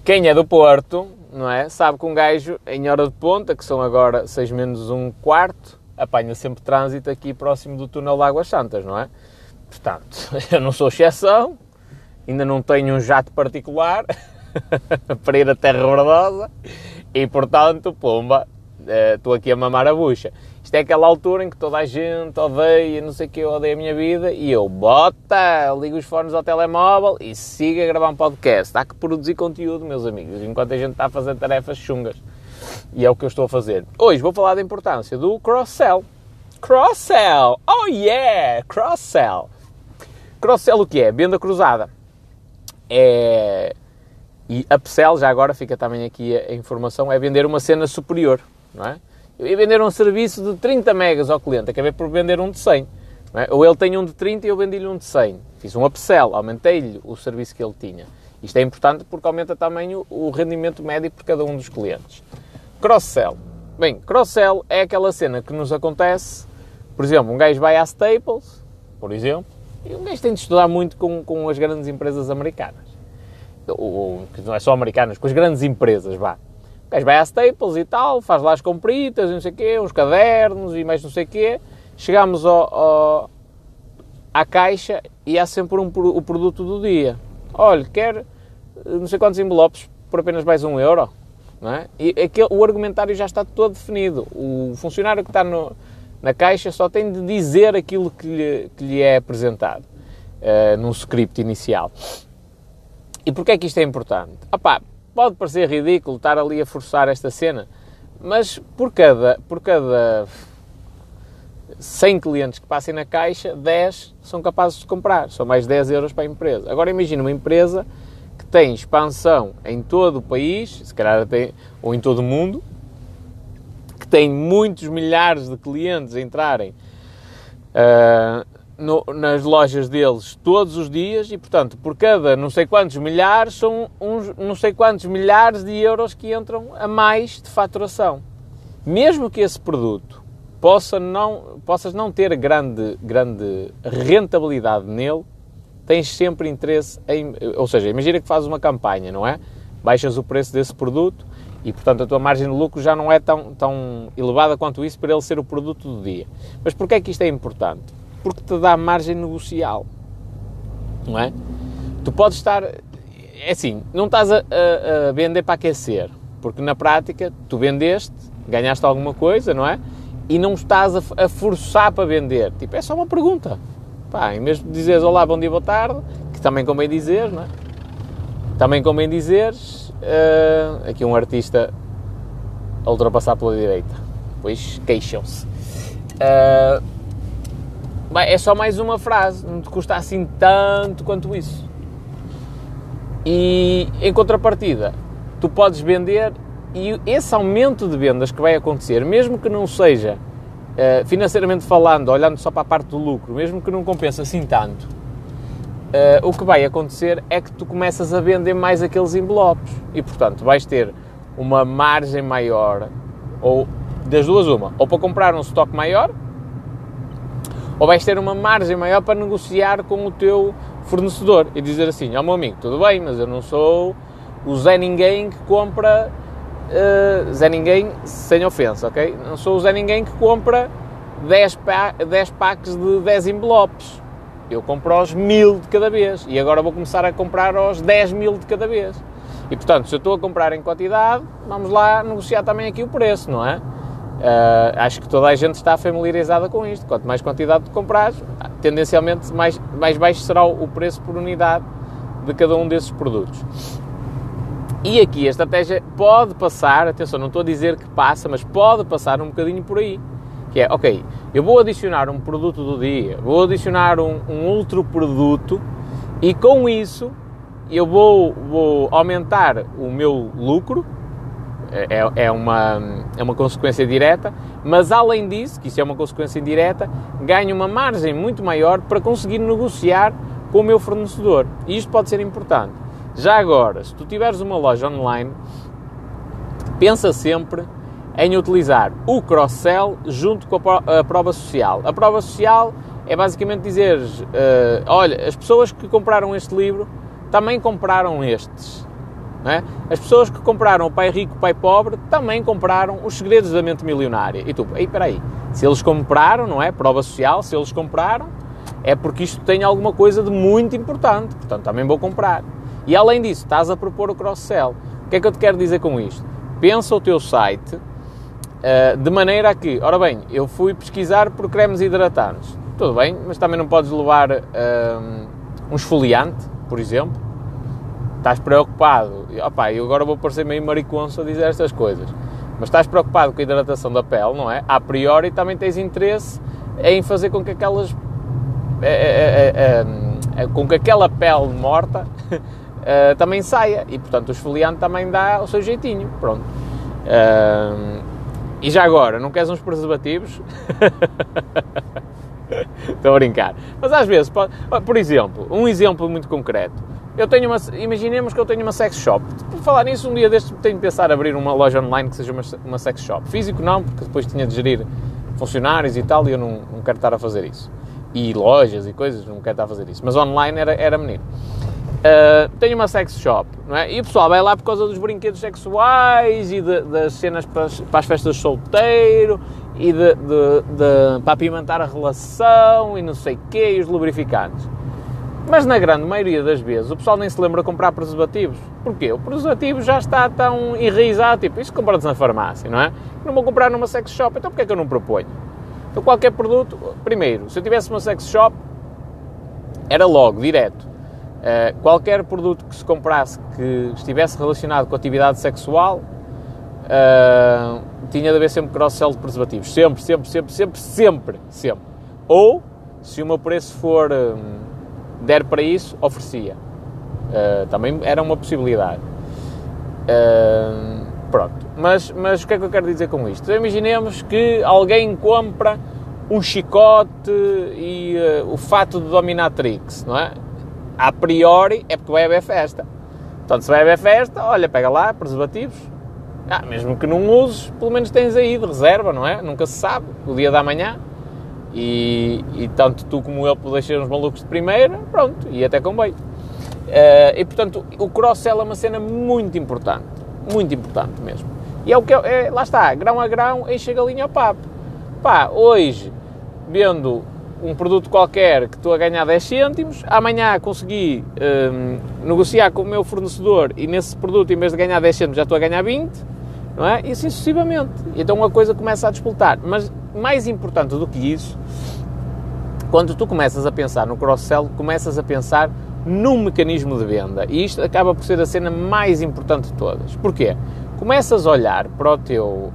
quem é do Porto, não é? Sabe que um gajo, em hora de ponta, que são agora 6 menos um quarto, apanha sempre trânsito aqui próximo do túnel de Águas Santas, não é? Portanto, eu não sou exceção, ainda não tenho um jato particular para ir à Terra Verdosa e, portanto, pumba, estou aqui a mamar a bucha. Isto é aquela altura em que toda a gente odeia, não sei o que, eu odeio a minha vida, e eu ligo os fones ao telemóvel e sigo a gravar um podcast. Há que produzir conteúdo, meus amigos, enquanto a gente está a fazer tarefas chungas. E é o que eu estou a fazer. Hoje vou falar da importância do cross-sell. Cross-sell! Oh yeah! Cross-sell! Cross-sell o que é? Venda cruzada. E upsell, já agora fica também aqui a informação, é vender uma cena superior, não é? Eu ia vender um serviço de 30 megas ao cliente, acabei por vender um de 100. Não é? Ou ele tem um de 30 e eu vendi-lhe um de 100. Fiz um upsell, aumentei-lhe o serviço que ele tinha. Isto é importante porque aumenta também o rendimento médio por cada um dos clientes. Cross-sell. Bem, cross-sell é aquela cena que nos acontece, por exemplo, um gajo vai à Staples, por exemplo, e um gajo tem de estudar muito com as grandes empresas americanas. Ou, que não é só americanas, com as grandes empresas, vá. O gajo vai à Staples e tal, faz lá as compritas, não sei o quê, uns cadernos e mais não sei o quê. Chegamos à caixa e há sempre o produto do dia. Olha, quer não sei quantos envelopes por apenas mais €1, não é? E o argumentário já está todo definido. O funcionário que está na caixa só tem de dizer aquilo que lhe é apresentado num script inicial. E porquê é que isto é importante? Pode parecer ridículo estar ali a forçar esta cena, mas por cada 100 clientes que passem na caixa, 10 são capazes de comprar. São mais 10 euros para a empresa. Agora imagina uma empresa que tem expansão em todo o país, se calhar até, ou em todo o mundo, que tem muitos milhares de clientes a entrarem nas lojas deles todos os dias e, portanto, por cada não sei quantos milhares, são uns não sei quantos milhares de euros que entram a mais de faturação. Mesmo que esse produto possas não ter grande rentabilidade nele, tens sempre interesse em... Ou seja, imagina que fazes uma campanha, não é? Baixas o preço desse produto e, portanto, a tua margem de lucro já não é tão elevada quanto isso para ele ser o produto do dia. Mas porquê é que isto é importante? Porque te dá margem negocial, não é? Tu podes estar... É assim, não estás a vender para aquecer, porque na prática tu vendeste, ganhaste alguma coisa, não é? E não estás a forçar para vender. Tipo, é só uma pergunta. Em vez de dizeres olá, bom dia, boa tarde, que também convém dizer, não é? Também convém dizeres... aqui um artista a ultrapassar pela direita. Pois queixam-se. É só mais uma frase, não te custa assim tanto quanto isso. E em contrapartida, tu podes vender e esse aumento de vendas que vai acontecer, mesmo que não seja financeiramente falando, olhando só para a parte do lucro, mesmo que não compense assim tanto, o que vai acontecer é que tu começas a vender mais aqueles envelopes e, portanto, vais ter uma margem maior, ou das duas uma, ou para comprar um estoque maior, ou vais ter uma margem maior para negociar com o teu fornecedor e dizer assim, meu amigo, tudo bem, mas eu não sou o Zé Ninguém que compra, Zé Ninguém sem ofensa, ok? Não sou o Zé Ninguém que compra 10 packs de 10 envelopes. Eu compro aos 1000 de cada vez e agora vou começar a comprar aos 10.000 de cada vez. E, portanto, se eu estou a comprar em quantidade, vamos lá negociar também aqui o preço, não é? Acho que toda a gente está familiarizada com isto. Quanto mais quantidade de comprares, tendencialmente mais baixo será o preço por unidade de cada um desses produtos. E aqui a estratégia pode passar, atenção, não estou a dizer que passa, mas pode passar um bocadinho por aí. Que é, ok, eu vou adicionar um produto do dia, vou adicionar um outro produto e com isso eu vou aumentar o meu lucro. É uma consequência direta, mas além disso, que isso é uma consequência indireta, ganho uma margem muito maior para conseguir negociar com o meu fornecedor. E isto pode ser importante. Já agora, se tu tiveres uma loja online, pensa sempre em utilizar o cross-sell junto com a prova social. A prova social é basicamente dizeres, olha, as pessoas que compraram este livro também compraram estes. não é? As pessoas que compraram o Pai Rico, o Pai Pobre também compraram Os Segredos da Mente Milionária. E tu, espera aí, se eles compraram, não é? Prova social, se eles compraram, é porque isto tem alguma coisa de muito importante, portanto também vou comprar. E além disso, estás a propor o cross-sell. O que é que eu te quero dizer com isto? Pensa o teu site de maneira a que, ora bem, eu fui pesquisar por cremes hidratantes. Tudo bem, mas também não podes levar um esfoliante, por exemplo. Estás preocupado. Opa, eu agora vou parecer meio mariconso a dizer estas coisas. Mas estás preocupado com a hidratação da pele, não é? A priori também tens interesse em fazer com que aquelas... com que aquela pele morta também saia. E, portanto, o esfoliante também dá o seu jeitinho. Pronto. E já agora, não queres uns preservativos? Estou a brincar. Mas às vezes, por exemplo, um exemplo muito concreto. Imaginemos que eu tenho uma sex shop. Por falar nisso, um dia destes tenho de pensar em abrir uma loja online que seja uma sex shop. Físico não, porque depois tinha de gerir funcionários e tal, e eu não quero estar a fazer isso. E lojas e coisas, não quero estar a fazer isso. Mas online era menino. Tenho uma sex shop, não é? E o pessoal vai lá por causa dos brinquedos sexuais e das cenas para as festas de solteiro e para apimentar a relação e não sei o quê, e os lubrificantes. Mas na grande maioria das vezes o pessoal nem se lembra de comprar preservativos. Porquê? O preservativo já está tão enraizado, tipo, isso compra-se na farmácia, não é? Não vou comprar numa sex shop, então porquê é que eu não proponho? Então qualquer produto, primeiro, se eu tivesse uma sex shop, era logo, direto. Qualquer produto que se comprasse que estivesse relacionado com a atividade sexual, tinha de haver sempre cross-sell de preservativos. Sempre. Ou, se o meu preço der para isso, oferecia. Também era uma possibilidade. Pronto. Mas o que é que eu quero dizer com isto? Imaginemos que alguém compra um chicote e o fato de dominatrix, não é? A priori é porque vai haver festa. Portanto, se vai haver festa, olha, pega lá, preservativos. Mesmo que não uses, pelo menos tens aí de reserva, não é? Nunca se sabe, o dia da manhã. E tanto tu como eu podes ser uns malucos de primeira, pronto, e até convém. E portanto, o cross-sell é uma cena muito importante mesmo. E é o que lá está, grão a grão, enche a galinha ao papo. Hoje, vendo um produto qualquer que estou a ganhar 10 cêntimos, amanhã consegui negociar com o meu fornecedor e nesse produto, em vez de ganhar 10 cêntimos, já estou a ganhar 20, não é? E assim sucessivamente. Então a coisa começa a despoltar. Mas mais importante do que isso, quando tu começas a pensar no cross-sell, começas a pensar num mecanismo de venda. E isto acaba por ser a cena mais importante de todas. Porquê? Começas a olhar para o teu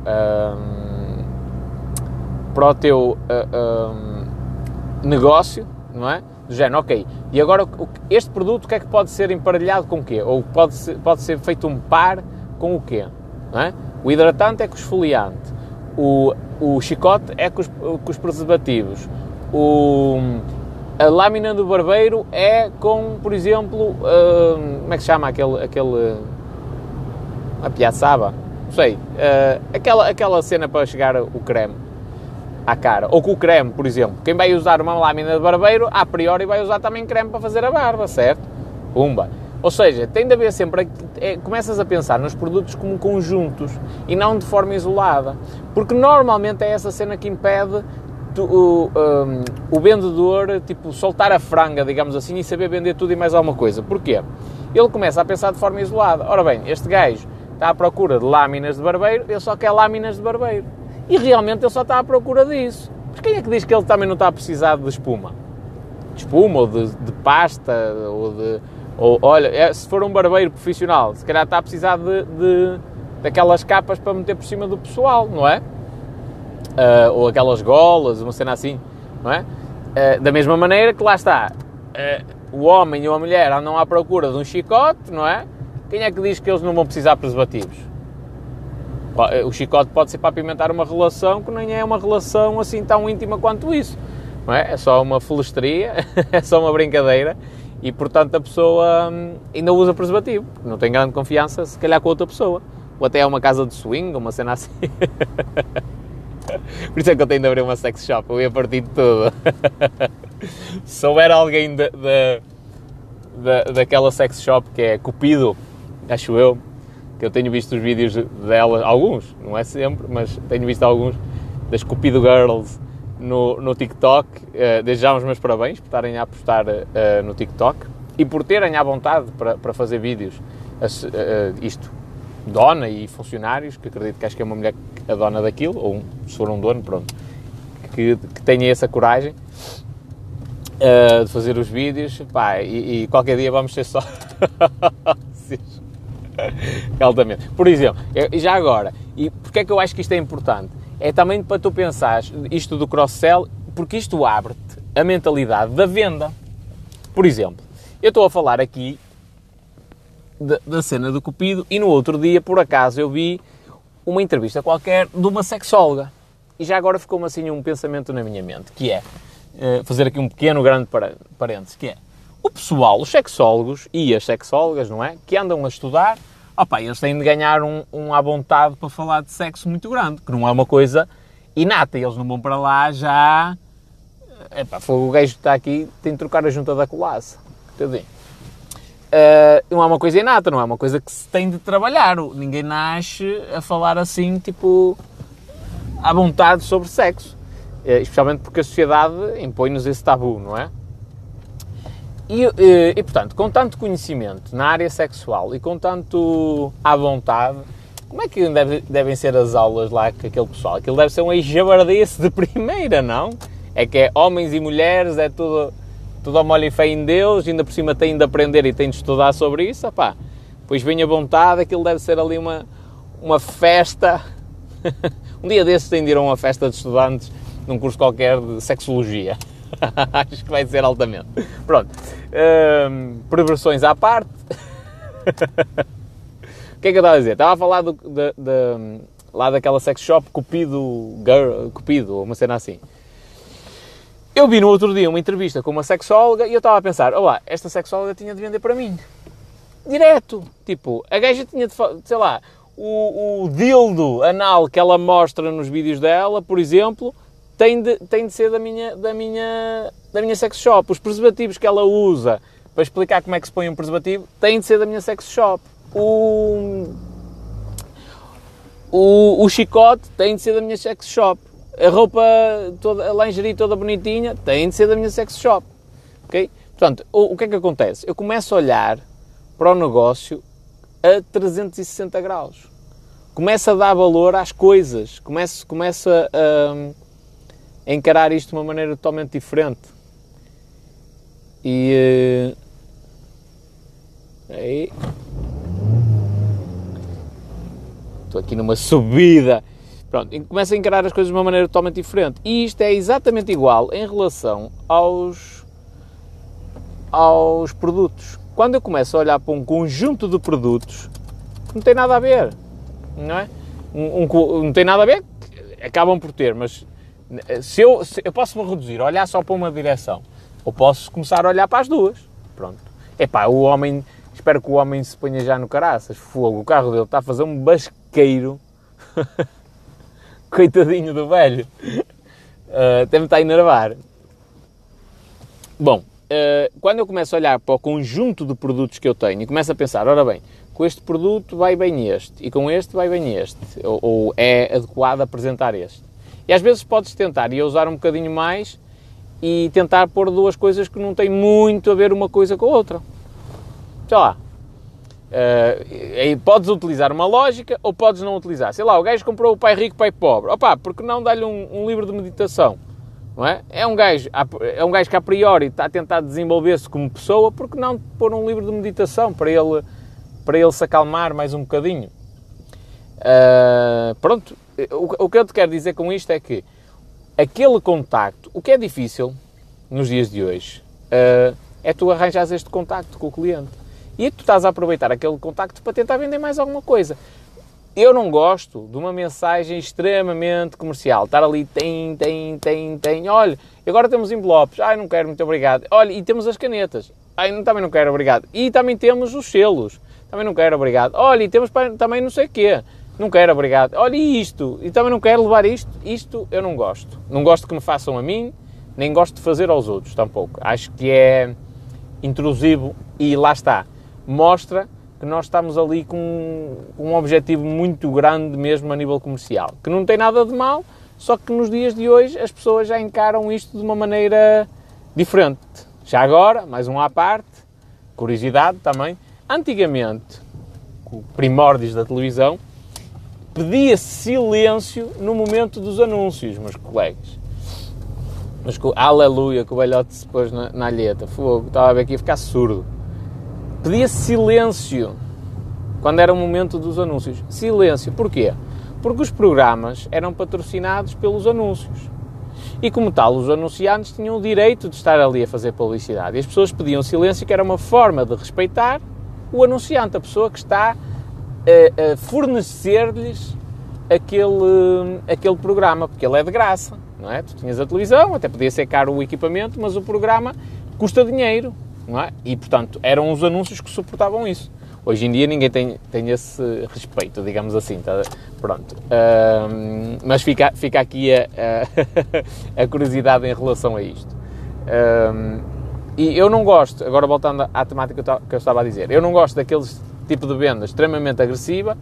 negócio, não é? Do género, ok, e agora este produto o que é que pode ser emparelhado com o quê? Ou pode ser feito um par com o quê? Não é? O hidratante é com o esfoliante, o chicote é com os preservativos, a lâmina do barbeiro é com, por exemplo, como é que se chama a piaçaba? Não sei, aquela cena para chegar o creme à cara, ou com o creme, por exemplo. Quem vai usar uma lâmina de barbeiro, a priori vai usar também creme para fazer a barba, certo? Pumba! Ou seja, tem de haver sempre... começas a pensar nos produtos como conjuntos e não de forma isolada. Porque normalmente é essa cena que impede o vendedor, tipo, soltar a franga, digamos assim, e saber vender tudo e mais alguma coisa. Porquê? Ele começa a pensar de forma isolada. Ora bem, este gajo está à procura de lâminas de barbeiro, ele só quer lâminas de barbeiro. E realmente ele só está à procura disso. Mas quem é que diz que ele também não está a precisar de espuma? De espuma, ou de pasta, ou olha, se for um barbeiro profissional, se calhar está a precisar daquelas capas para meter por cima do pessoal, não é? Ou aquelas golas, uma cena assim, não é? Da mesma maneira que lá está, o homem ou a mulher andam à procura de um chicote, não é? Quem é que diz que eles não vão precisar de preservativos? O chicote pode ser para apimentar uma relação que nem é uma relação assim tão íntima quanto isso, não é? É só uma floresteria, é só uma brincadeira e, portanto, a pessoa ainda usa preservativo, porque não tem grande confiança, se calhar, com outra pessoa. Ou até é uma casa de swing, uma cena assim. Por isso é que eu tenho de abrir uma sex shop, eu ia partir de tudo. Se houver alguém daquela sex shop que é Cupido, acho eu, que eu tenho visto os vídeos dela, alguns, não é sempre, mas tenho visto alguns, das Cupido Girls no TikTok. Desde já os meus parabéns por estarem a apostar no TikTok e por terem à vontade para fazer vídeos, isto, dona e funcionários, que acredito que acho que é uma mulher a dona daquilo, ou se for um dono, pronto, que tenha essa coragem de fazer os vídeos, pá, e qualquer dia vamos ser só altamente. Por exemplo, já agora, e porque é que eu acho que isto é importante? É também para tu pensares isto do cross-sell, porque isto abre-te a mentalidade da venda. Por exemplo, eu estou a falar aqui da cena do Cupido e no outro dia, por acaso, eu vi uma entrevista qualquer de uma sexóloga. E já agora ficou-me assim um pensamento na minha mente, que é, fazer aqui um pequeno, grande parênteses, que é, o pessoal, os sexólogos e as sexólogas, não é? Que andam a estudar, opa, eles têm de ganhar um à vontade para falar de sexo muito grande, que não é uma coisa inata, eles não vão para lá já... Epá, o gajo que está aqui tem de trocar a junta da colaça, entendeu? Não é uma coisa inata, não é uma coisa que se tem de trabalhar, ninguém nasce a falar assim, tipo, à vontade sobre sexo, especialmente porque a sociedade impõe-nos esse tabu, não é? E, portanto, com tanto conhecimento na área sexual e com tanto à vontade, como é que devem ser as aulas lá com aquele pessoal? Aquilo deve ser um jabardice de primeira, não? É que é homens e mulheres, é tudo ao molho e fé em Deus, ainda por cima têm de aprender e têm de estudar sobre isso, opá, pois bem à vontade, aquilo deve ser ali uma festa. Um dia desses têm de ir a uma festa de estudantes num curso qualquer de sexologia. Acho que vai ser altamente. Pronto. Perversões à parte. O que é que eu estava a dizer? Estava a falar lá daquela sex shop Cupido, ou uma cena assim. Eu vi no outro dia uma entrevista com uma sexóloga e eu estava a pensar, olá, esta sexóloga tinha de vender para mim. Direto. Tipo, a gaja tinha de, sei lá, o dildo anal que ela mostra nos vídeos dela, por exemplo, tem de ser da minha sex shop. Os preservativos que ela usa para explicar como é que se põe um preservativo têm de ser da minha sex shop. O chicote tem de ser da minha sex shop. A roupa, a lingerie toda bonitinha, tem de ser da minha sex shop. Ok? Portanto, o que é que acontece? Eu começo a olhar para o negócio a 360 graus. Começo a dar valor às coisas. Começo a encarar isto de uma maneira totalmente diferente. E... aí... estou aqui numa subida. Pronto, começo a encarar as coisas de uma maneira totalmente diferente. E isto é exatamente igual em relação aos produtos. Quando eu começo a olhar para um conjunto de produtos que não tem nada a ver, não é? Não tem nada a ver, acabam por ter, mas se eu posso-me reduzir a olhar só para uma direção, ou posso começar a olhar para as duas. Pronto. Epá, o homem, espero que o homem se ponha já no caraças, fogo, o carro dele está a fazer um basqueiro. Coitadinho do velho. Até me está a enervar. Bom, quando eu começo a olhar para o conjunto de produtos que eu tenho e começo a pensar, ora bem, com este produto vai bem este, e com este vai bem este, ou é adequado apresentar este. E às vezes podes tentar ir a usar um bocadinho mais e tentar pôr duas coisas que não têm muito a ver uma coisa com a outra. Sei lá. Podes utilizar uma lógica ou podes não utilizar. Sei lá, o gajo comprou o Pai Rico, Pai Pobre. Opa, porque não dá-lhe um livro de meditação? Não é? É um gajo que a priori está a tentar desenvolver-se como pessoa, porque não pôr um livro de meditação para ele se acalmar mais um bocadinho? Pronto, o que eu te quero dizer com isto é que aquele contacto, o que é difícil nos dias de hoje, é tu arranjares este contacto com o cliente. E tu estás a aproveitar aquele contacto para tentar vender mais alguma coisa. Eu não gosto de uma mensagem extremamente comercial. Estar ali, tem. Olha, agora temos envelopes. Ai, não quero, muito obrigado. Olha, e temos as canetas. Ai, também não quero, obrigado. E também temos os selos. Também não quero, obrigado. Olha, e temos também não sei o quê. Não quero, obrigado. Olha, e isto? E também não quero levar isto. Isto eu não gosto. Não gosto que me façam a mim, nem gosto de fazer aos outros, tampouco. Acho que é intrusivo e lá está. Mostra que nós estamos ali com um objetivo muito grande mesmo a nível comercial, que não tem nada de mal, só que nos dias de hoje as pessoas já encaram isto de uma maneira diferente. Já agora, mais um à parte, curiosidade também, antigamente, com primórdios da televisão, pedia-se silêncio no momento dos anúncios, meus colegas. Mas, aleluia, que o velhote se pôs na alheta, fogo, estava a ver que ia ficar surdo. Pedia-se silêncio quando era o momento dos anúncios. Silêncio, porquê? Porque os programas eram patrocinados pelos anúncios. E como tal, os anunciantes tinham o direito de estar ali a fazer publicidade. E as pessoas pediam silêncio, que era uma forma de respeitar o anunciante, a pessoa que está a fornecer-lhes aquele programa, porque ele é de graça, não é? Tu tinhas a televisão, até podia ser caro o equipamento, mas o programa custa dinheiro, não é? E, portanto, eram os anúncios que suportavam isso. Hoje em dia ninguém tem esse respeito, digamos assim, tá? Pronto. Mas fica aqui a curiosidade em relação a isto. E eu não gosto, agora voltando à temática que eu estava a dizer, eu não gosto daquele tipo de venda extremamente agressiva,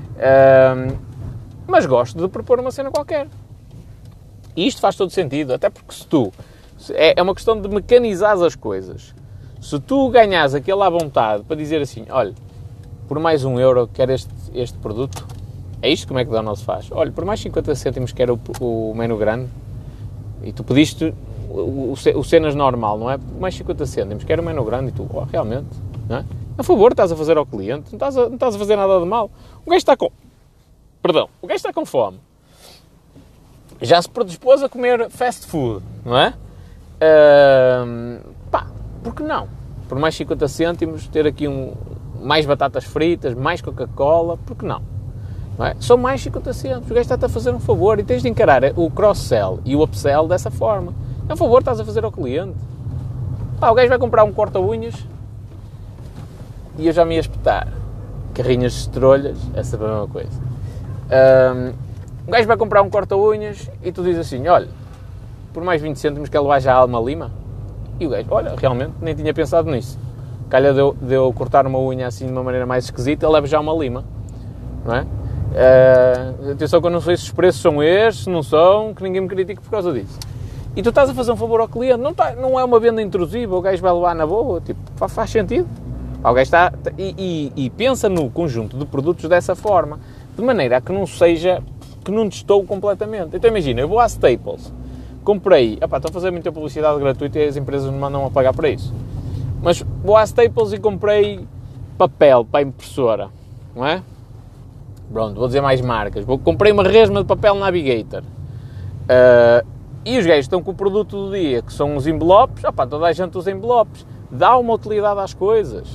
mas gosto de propor uma cena qualquer. E isto faz todo sentido, até porque é uma questão de mecanizar as coisas. Se tu ganhas aquela à vontade para dizer assim, olha, por mais €1 quero este produto, é isto que o McDonald's faz. Olha, por mais 50 cêntimos quero o menu grande, e tu pediste o cenas normal, não é? Por mais 50 cêntimos quero o menu grande, e tu, realmente, não é? A favor, estás a fazer ao cliente, não estás a fazer nada de mal. O gajo está com fome. Já se predispôs a comer fast food, não é? Por que não? Por mais 50 cêntimos, ter aqui mais batatas fritas, mais Coca-Cola, por que não? Não é? São mais 50 cêntimos, o gajo está-te a fazer um favor e tens de encarar o cross-sell e o upsell dessa forma. É um favor, estás a fazer ao cliente. O gajo vai comprar um corta-unhas e eu já me ia espetar. Carrinhas de estrolhas, essa é a mesma coisa. Um gajo vai comprar um corta-unhas e tu dizes assim, olha, por mais 20 cêntimos que ele vai já a Alma Lima. E o gajo, olha, realmente, nem tinha pensado nisso. Calha de eu cortar uma unha assim de uma maneira mais esquisita, levo já uma lima. Não é? Atenção que eu não sei se os preços são estes, se não são, que ninguém me critique por causa disso. E tu estás a fazer um favor ao cliente, não é uma venda intrusiva, o gajo vai levar na boa, tipo, faz sentido. O gajo está, e pensa no conjunto de produtos dessa forma, de maneira a que não seja, que não destoue completamente. Então imagina, eu vou à Staples, comprei, estou a fazer muita publicidade gratuita e as empresas me mandam a pagar para isso. Mas vou à Staples e comprei papel para a impressora, não é? Pronto, vou dizer mais marcas. Comprei uma resma de papel Navigator. E os gajos estão com o produto do dia, que são os envelopes. Toda a gente usa envelopes. Dá uma utilidade às coisas.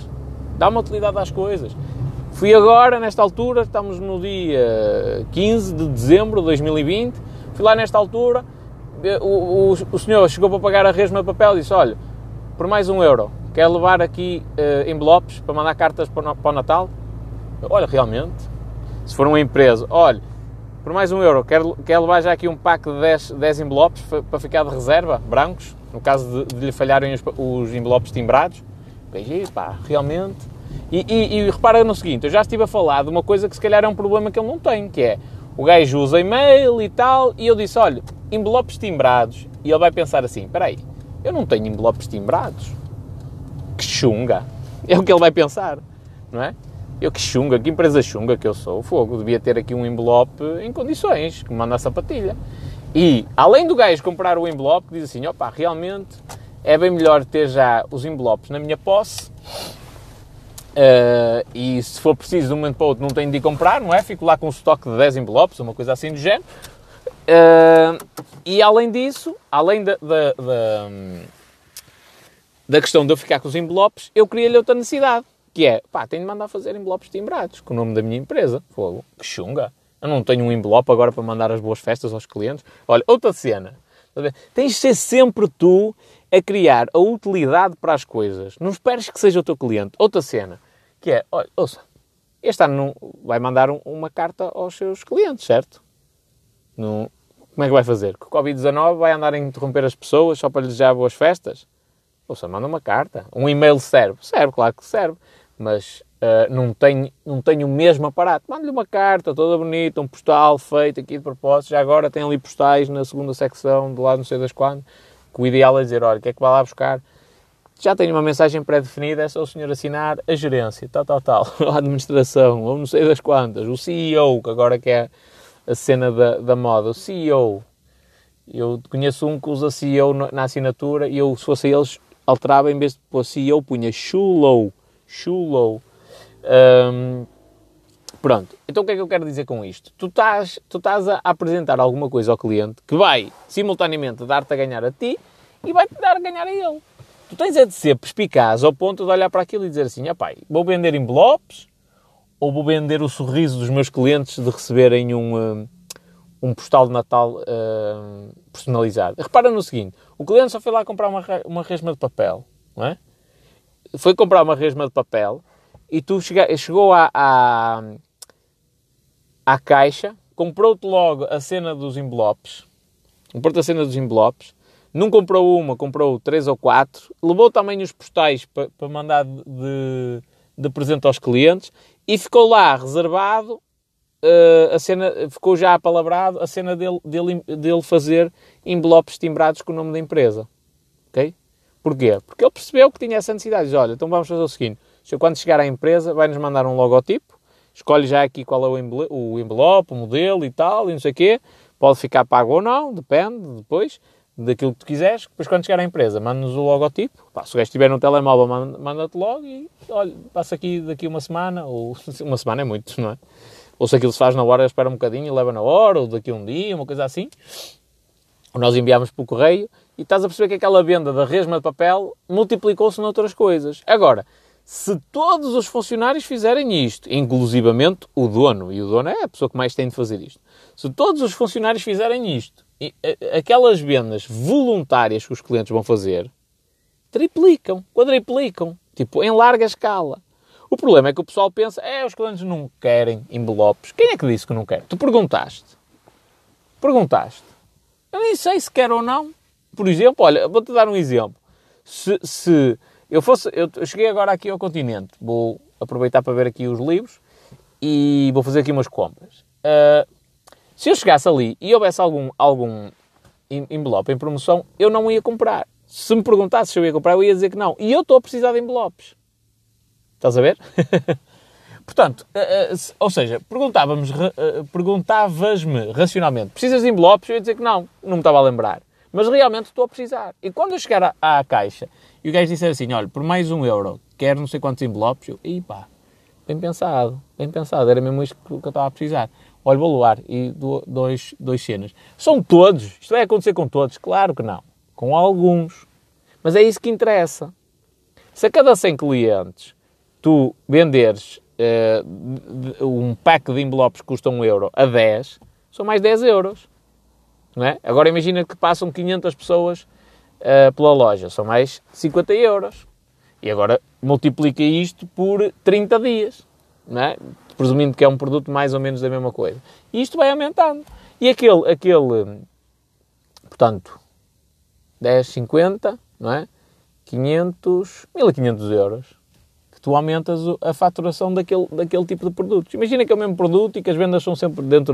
Fui agora, nesta altura, estamos no dia 15 de dezembro de 2020. Fui lá nesta altura, o senhor chegou para pagar a resma de papel e disse, olha, por mais €1, quer levar aqui envelopes para mandar cartas para o Natal? Olha, realmente, se for uma empresa, olha, por mais €1, quer levar já aqui um pack de 10 envelopes para ficar de reserva, brancos, no caso de lhe falharem os envelopes timbrados? Realmente. E repara no seguinte, eu já estive a falar de uma coisa que se calhar é um problema que ele não tem, que é, o gajo usa e-mail e tal, e eu disse, olha, envelopes timbrados, e ele vai pensar assim, espera aí, eu não tenho envelopes timbrados. Que chunga. É o que ele vai pensar, não é? Eu que chunga, que empresa chunga que eu sou. Fogo, devia ter aqui um envelope em condições, que me manda a sapatilha. E, além do gajo comprar o envelope, diz assim, realmente é bem melhor ter já os envelopes na minha posse, e se for preciso de um momento para o outro não tenho de ir comprar, não é? Fico lá com um estoque de 10 envelopes, uma coisa assim do género. E além disso, além da questão de eu ficar com os envelopes, eu queria-lhe outra necessidade, que é, tenho de mandar fazer envelopes timbrados, com o nome da minha empresa. Fogo, que chunga. Eu não tenho um envelope agora para mandar as boas festas aos clientes. Olha, outra cena. Tens de ser sempre tu a criar a utilidade para as coisas. Não esperes que seja o teu cliente. Outra cena, que é, olha, ouça, este ano vai mandar uma carta aos seus clientes, certo? Como é que vai fazer? Que o Covid-19 vai andar a interromper as pessoas só para lhes desejar boas festas? Ouça, manda uma carta. Um e-mail serve? Serve, claro que serve. mas não tenho o mesmo aparato. Mando-lhe uma carta toda bonita, um postal feito aqui de propósito. Já agora tem ali postais na segunda secção, do lado não sei das quando, que o ideal é dizer, olha, o que é que vai lá buscar? Já tenho uma mensagem pré-definida, é só o senhor assinar a gerência, tal, a administração, ou não sei das quantas, o CEO, que agora que é a cena da moda, o CEO. Eu conheço um que usa CEO na assinatura e eu, se fosse eles, alterava, em vez de pôr CEO, punha Shulow. Pronto, então o que é que eu quero dizer com isto? Tu estás a apresentar alguma coisa ao cliente que vai, simultaneamente, dar-te a ganhar a ti e vai-te dar a ganhar a ele. Tu tens de ser perspicaz ao ponto de olhar para aquilo e dizer assim, vou vender envelopes ou vou vender o sorriso dos meus clientes de receberem um postal de Natal personalizado. Repara no seguinte, o cliente só foi lá comprar uma resma de papel, não é? Foi comprar uma resma de papel e tu chegou à caixa, comprou-te logo a cena dos envelopes, não comprou uma, comprou 3 ou 4, levou também os postais para mandar de presente aos clientes e ficou lá reservado, a cena, ficou já apalavrado a cena dele fazer envelopes timbrados com o nome da empresa. Ok? Porquê? Porque ele percebeu que tinha essa necessidade. Diz, olha, então vamos fazer o seguinte, quando chegar à empresa vai-nos mandar um logotipo, escolhe já aqui qual é o envelope, o modelo e tal, e não sei o quê, pode ficar pago ou não, depende, depois daquilo que tu quiseres. Depois quando chegar à empresa, manda-nos o logotipo, se o gajo estiver no telemóvel, manda-te logo e, olha, passa aqui daqui uma semana, ou uma semana é muito, não é? Ou se aquilo se faz na hora, espera um bocadinho e leva na hora, ou daqui a um dia, uma coisa assim. Ou nós enviamos pelo correio e estás a perceber que aquela venda da resma de papel multiplicou-se noutras coisas. Agora, se todos os funcionários fizerem isto, inclusivamente o dono, e o dono é a pessoa que mais tem de fazer isto, se todos os funcionários fizerem isto, aquelas vendas voluntárias que os clientes vão fazer, triplicam, quadriplicam, tipo, em larga escala. O problema é que o pessoal pensa, os clientes não querem envelopes. Quem é que disse que não quer? Tu perguntaste. Eu nem sei se quer ou não. Por exemplo, olha, vou-te dar um exemplo. Se eu cheguei agora aqui ao continente, vou aproveitar para ver aqui os livros e vou fazer aqui umas compras. Se eu chegasse ali e houvesse algum envelope em promoção, eu não ia comprar. Se me perguntasse se eu ia comprar, eu ia dizer que não. E eu estou a precisar de envelopes. Estás a ver? Portanto, ou seja, perguntavas-me racionalmente, precisas de envelopes? Eu ia dizer que não me estava a lembrar. Mas realmente estou a precisar. E quando eu chegar à caixa e o gajo disser assim, olha, por mais €1, quero não sei quantos envelopes, eu, bem pensado, era mesmo isto que eu estava a precisar. Olha, vou levar e dois cenas. São todos? Isto vai acontecer com todos? Claro que não. Com alguns. Mas é isso que interessa. Se a cada 100 clientes tu venderes um pack de envelopes que custa €1 a 10, são mais €10. Não é? Agora imagina que passam 500 pessoas pela loja, são mais €50. E agora multiplica isto por 30 dias, não é? Presumindo que é um produto mais ou menos da mesma coisa. E isto vai aumentando. E portanto, 10, 50, não é? 500, €1.500, que tu aumentas a faturação daquele tipo de produtos. Imagina que é o mesmo produto e que as vendas são sempre dentro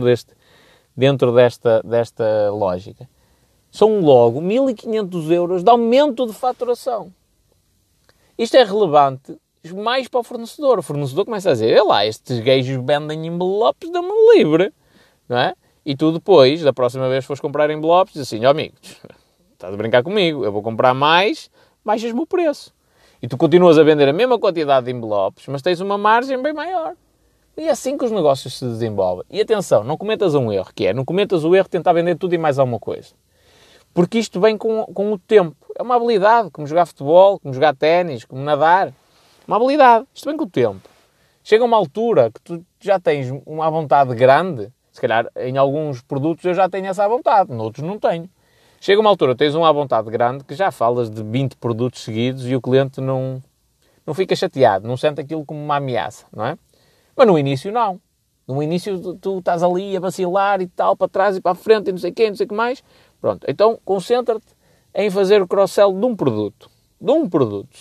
desta lógica. São logo €1.500 de aumento de faturação. Isto é relevante mais para o fornecedor. O fornecedor começa a dizer, estes gajos vendem envelopes, dão-me livre, não é? E tu depois, da próxima vez que fores comprar envelopes, diz assim, amigos, estás a brincar comigo, eu vou comprar mais, baixas-me o preço. E tu continuas a vender a mesma quantidade de envelopes, mas tens uma margem bem maior. E é assim que os negócios se desenvolvem. E atenção, não cometas um erro, não cometas o erro de tentar vender tudo e mais alguma coisa. Porque isto vem com o tempo. É uma habilidade, como jogar futebol, como jogar ténis, como nadar. Uma habilidade. Isto vem com o tempo. Chega uma altura que tu já tens uma vontade grande, se calhar em alguns produtos eu já tenho essa vontade, noutros não tenho. Chega uma altura, tens uma vontade grande que já falas de 20 produtos seguidos e o cliente não fica chateado, não sente aquilo como uma ameaça, não é? Mas no início não. No início tu estás ali a vacilar e tal, para trás e para a frente e não sei o quê, não sei o que mais. Pronto, então concentra-te em fazer o cross-sell de um produto só.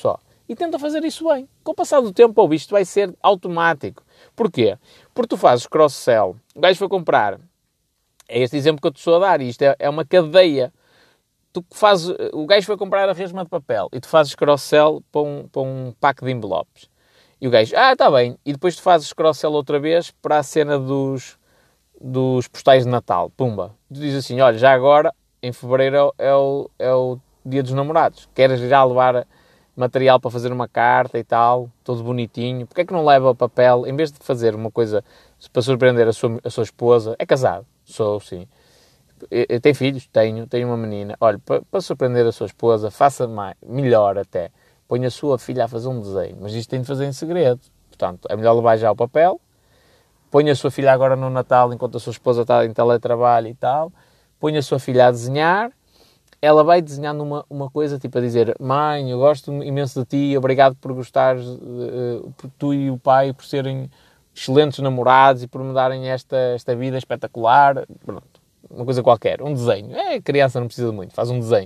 e tenta fazer isso bem. Com o passar do tempo, isto vai ser automático. Porquê? Porque tu fazes cross-sell. O gajo foi comprar. É este exemplo que eu te estou a dar. Isto é uma cadeia. O gajo foi comprar a resma de papel e tu fazes cross-sell para um pack de envelopes. E o gajo, está bem. E depois tu fazes cross-sell outra vez para a cena dos postais de Natal. Pumba. Tu dizes assim, olha, já agora, em fevereiro é o dia dos namorados. Queres já levar material para fazer uma carta e tal, todo bonitinho. Porquê é que não leva papel, em vez de fazer uma coisa para surpreender a sua esposa? É casado? Sou, sim. Tem filhos? Tenho uma menina. Olha, para surpreender a sua esposa, faça melhor até. Põe a sua filha a fazer um desenho. Mas isto tem de fazer em segredo. Portanto, é melhor levar já o papel. Põe a sua filha agora no Natal, enquanto a sua esposa está em teletrabalho e tal. Põe a sua filha a desenhar. Ela vai desenhando uma coisa, tipo a dizer, mãe, eu gosto imenso de ti, obrigado por gostares, por tu e o pai, por serem excelentes namorados e por me darem esta vida espetacular. Pronto, uma coisa qualquer, um desenho. A criança não precisa de muito, faz um desenho.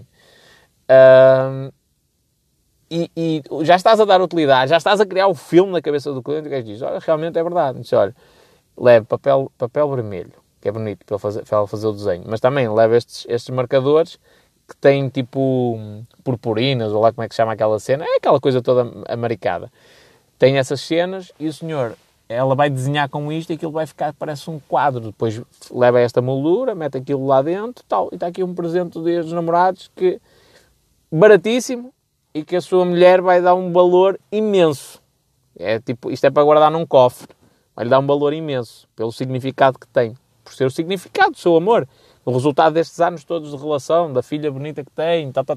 E já estás a dar utilidade, já estás a criar o filme na cabeça do cliente, e o gajo diz, olha, realmente é verdade. Diz, olha, leve papel vermelho, que é bonito para ela fazer o desenho, mas também leva estes marcadores que têm tipo purpurinas, ou lá como é que se chama aquela cena, é aquela coisa toda amaricada. Tem essas cenas e o senhor, ela vai desenhar com isto e aquilo vai ficar, parece um quadro. Depois leva esta moldura, mete aquilo lá dentro tal, e está aqui um presente do Dia dos Namorados que baratíssimo e que a sua mulher vai dar um valor imenso. Isto é para guardar num cofre. Vai-lhe dar um valor imenso pelo significado que tem. Por ser o significado do seu amor. O resultado destes anos todos de relação, da filha bonita que tem, tal.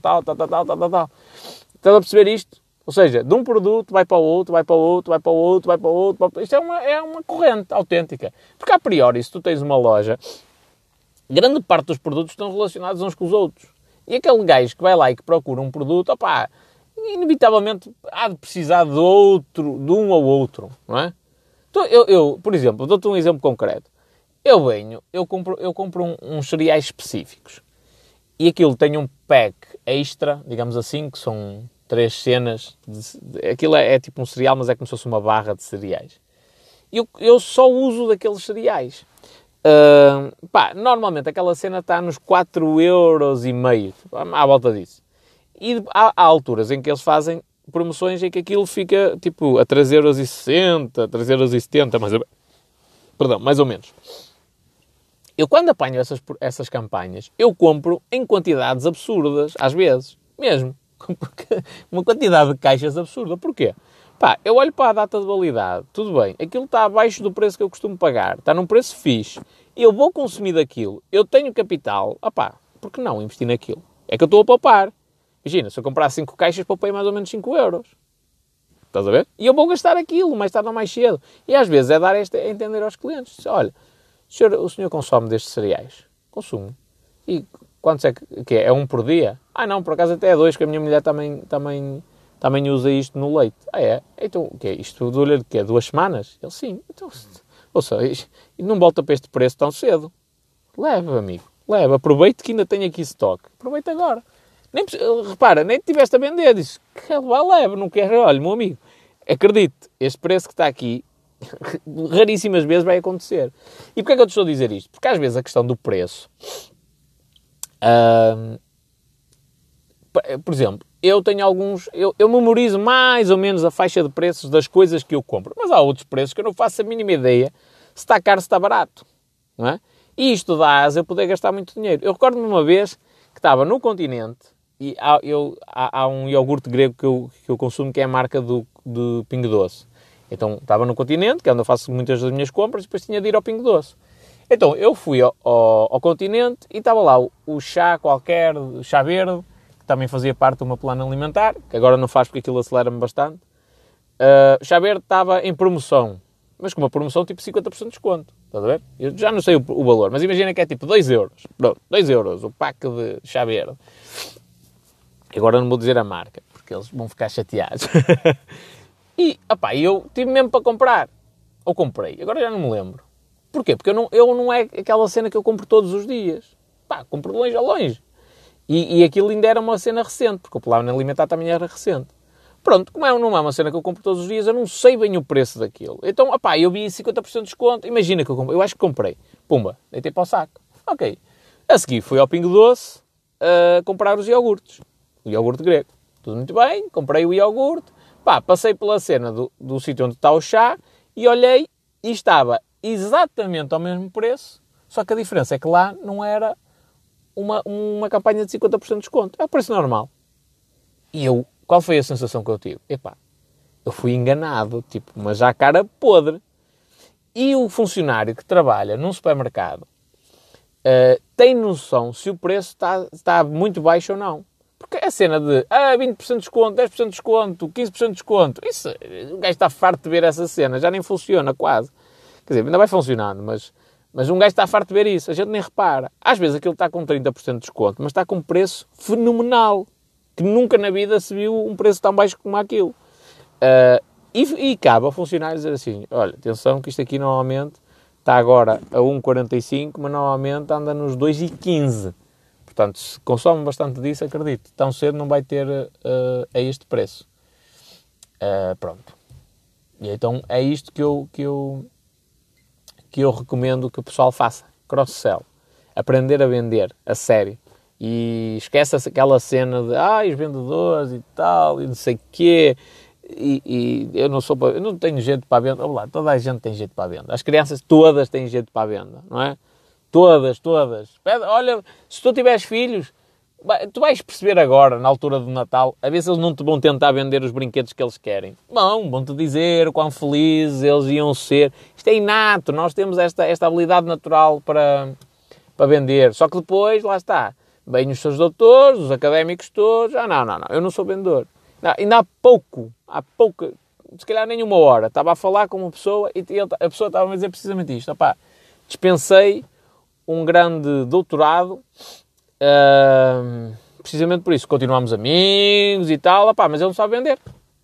Estás a perceber isto? Ou seja, de um produto vai para o outro, vai para o outro, vai para o outro, vai para o outro. Isto é uma corrente autêntica. Porque a priori, se tu tens uma loja, grande parte dos produtos estão relacionados uns com os outros. E aquele gajo que vai lá e que procura um produto, inevitavelmente há de precisar de um ou outro, não é? Então, eu por exemplo, dou-te um exemplo concreto. Eu compro uns cereais específicos. E aquilo tem um pack extra, digamos assim, que são 3 cenas. Aquilo é tipo um cereal, mas é como se fosse uma barra de cereais. Eu só uso daqueles cereais. Normalmente aquela cena está nos 4,5€, à volta disso. E há alturas em que eles fazem promoções em que aquilo fica tipo a 3,60€, 3,70€, mais ou menos. Eu quando apanho essas campanhas, eu compro em quantidades absurdas, às vezes, mesmo. Uma quantidade de caixas absurda. Porquê? Eu olho para a data de validade, tudo bem, aquilo está abaixo do preço que eu costumo pagar, está num preço fixe, eu vou consumir daquilo, eu tenho capital, por que não investir naquilo? É que eu estou a poupar. Imagina, se eu comprar 5 caixas, poupei mais ou menos 5€. Estás a ver? E eu vou gastar aquilo, mais tarde ou mais cedo. E às vezes é dar a entender aos clientes. Olha, o senhor consome destes cereais? Consumo. E quantos é que é? É 1 por dia? Não, por acaso até é 2, que a minha mulher também usa isto no leite. É? Então, o quê? Isto dura de quê? 2 semanas? Ele, sim. Então, ou seja, e não volta para este preço tão cedo. Leva, amigo. Leva. Aproveite que ainda tem aqui estoque. Aproveita agora. Repara, nem te tiveste a vender. Diz, leva, não quero. Olha, meu amigo, acredite, este preço que está aqui, raríssimas vezes vai acontecer. E porquê é que eu te estou a dizer isto? Porque às vezes a questão do preço... por exemplo, eu tenho alguns... Eu memorizo mais ou menos a faixa de preços das coisas que eu compro. Mas há outros preços que eu não faço a mínima ideia se está caro, se está barato. Não é? E isto dá a eu poder gastar muito dinheiro. Eu recordo-me uma vez que estava no Continente e há um iogurte grego que eu consumo que é a marca do Pingo Doce. Então estava no Continente, que é onde eu faço muitas das minhas compras, e depois tinha de ir ao Pingo Doce. Então eu fui ao Continente e estava lá o chá qualquer, chá verde, que também fazia parte do meu plano alimentar, que agora não faz porque aquilo acelera-me bastante. O chá verde estava em promoção, mas com uma promoção tipo 50% de desconto. Estás a ver? Eu já não sei o valor, mas imagina que é tipo 2€. Pronto, 2€ o pack de chá verde. Agora não vou dizer a marca, porque eles vão ficar chateados. E, eu tive mesmo para comprar. Ou comprei, agora já não me lembro. Porquê? Porque eu não é aquela cena que eu compro todos os dias. Compro de longe a longe. E aquilo ainda era uma cena recente, porque o plano alimentar também era recente. Pronto, como não é uma cena que eu compro todos os dias, eu não sei bem o preço daquilo. Então, eu vi 50% de desconto, imagina que eu acho que comprei. Pumba, deitei para o saco. Ok. A seguir fui ao Pingo Doce comprar os iogurtes. O iogurte grego. Tudo muito bem, comprei o iogurte. Passei pela cena do sítio onde está o chá e olhei e estava exatamente ao mesmo preço, só que a diferença é que lá não era uma campanha de 50% de desconto. É o preço normal. E qual foi a sensação que eu tive? Eu fui enganado, mas já a cara podre. E o funcionário que trabalha num supermercado tem noção se o preço está muito baixo ou não. Porque a cena de 20% de desconto, 10% de desconto, 15% de desconto, isso, o gajo está farto de ver essa cena, já nem funciona quase. Quer dizer, ainda vai funcionando, mas um gajo está farto de ver isso, a gente nem repara. Às vezes aquilo está com 30% de desconto, mas está com um preço fenomenal, que nunca na vida se viu um preço tão baixo como aquilo. E cabe ao funcionário dizer assim, olha, atenção que isto aqui normalmente está agora a 1,45, mas normalmente anda nos 2,15. Portanto, se consome bastante disso, acredito, tão cedo não vai ter a este preço. Pronto. E então é isto que eu recomendo que o pessoal faça. Cross-sell. Aprender a vender, a sério. E esquece aquela cena de os vendedores e tal, e não sei o quê. E eu não tenho jeito para a venda. Olá, toda a gente tem jeito para a venda. As crianças todas têm jeito para a venda, não é? Todas. Olha, se tu tiveres filhos, tu vais perceber agora, na altura do Natal, a ver se eles não te vão tentar vender os brinquedos que eles querem. Vão-te dizer o quão felizes eles iam ser. Isto é inato, nós temos esta habilidade natural para vender. Só que depois, lá está, vêm os seus doutores, os académicos todos, não, eu não sou vendedor. Não, ainda há pouco, se calhar nem uma hora, estava a falar com uma pessoa e a pessoa estava a dizer precisamente isto. Dispensei um grande doutorado, precisamente por isso. Continuamos amigos e tal, mas ele não sabe vender.